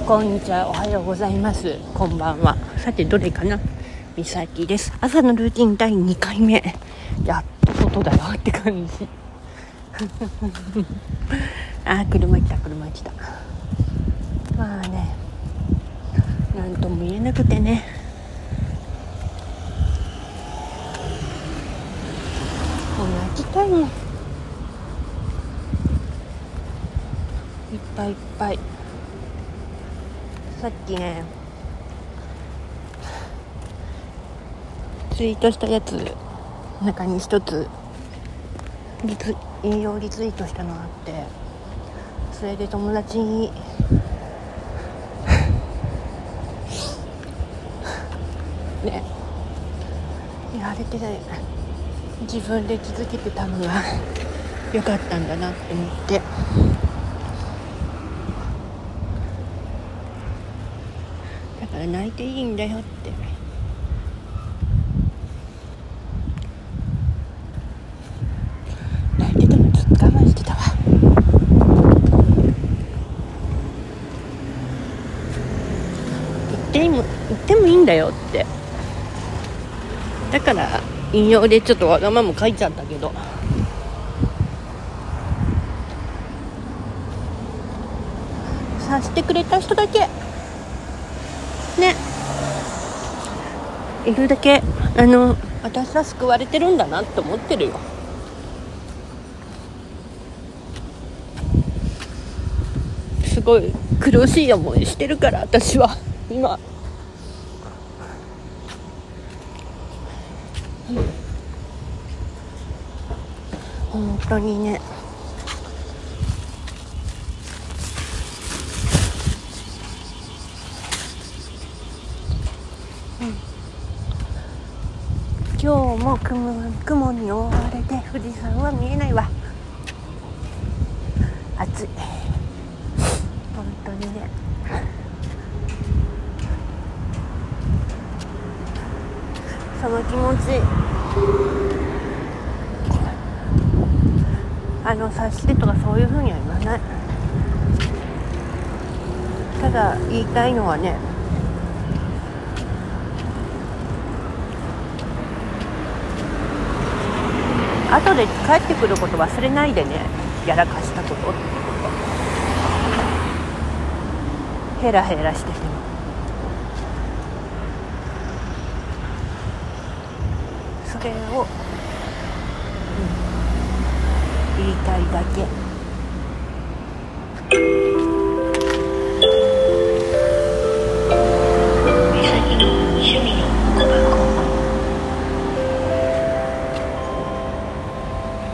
こんにちは、おはようございます、こんばんは。さてどれかな、みさきです。朝のルーティン第2回目、やっと外だよって感じ車来た。まあね、なんとも言えなくてね、もう泣きたいもん、いっぱい。さっきねツイートしたやつ中に一つ引用リツイートしたのがあって、それで友達にね言われてね、自分で気づけてたのが良かったんだなって思って、だから泣いていいんだよって、泣いててもずっと我慢してたわ。言ってもいいんだよって、だから引用でちょっとわがまま書いちゃったけど、察してくれた人だけねいるだけ、私は救われてるんだなって思ってるよ。すごい苦しい思いしてるから、私は今本当にね、今日も雲に覆われて富士山は見えないわ。暑い、本当にね。その気持ち察してとかそういう風には言わない。ただ言いたいのはね、後で帰ってくること忘れないでね、やらかしたことってこと、ヘラヘラしててもそれを、言いたいだけ。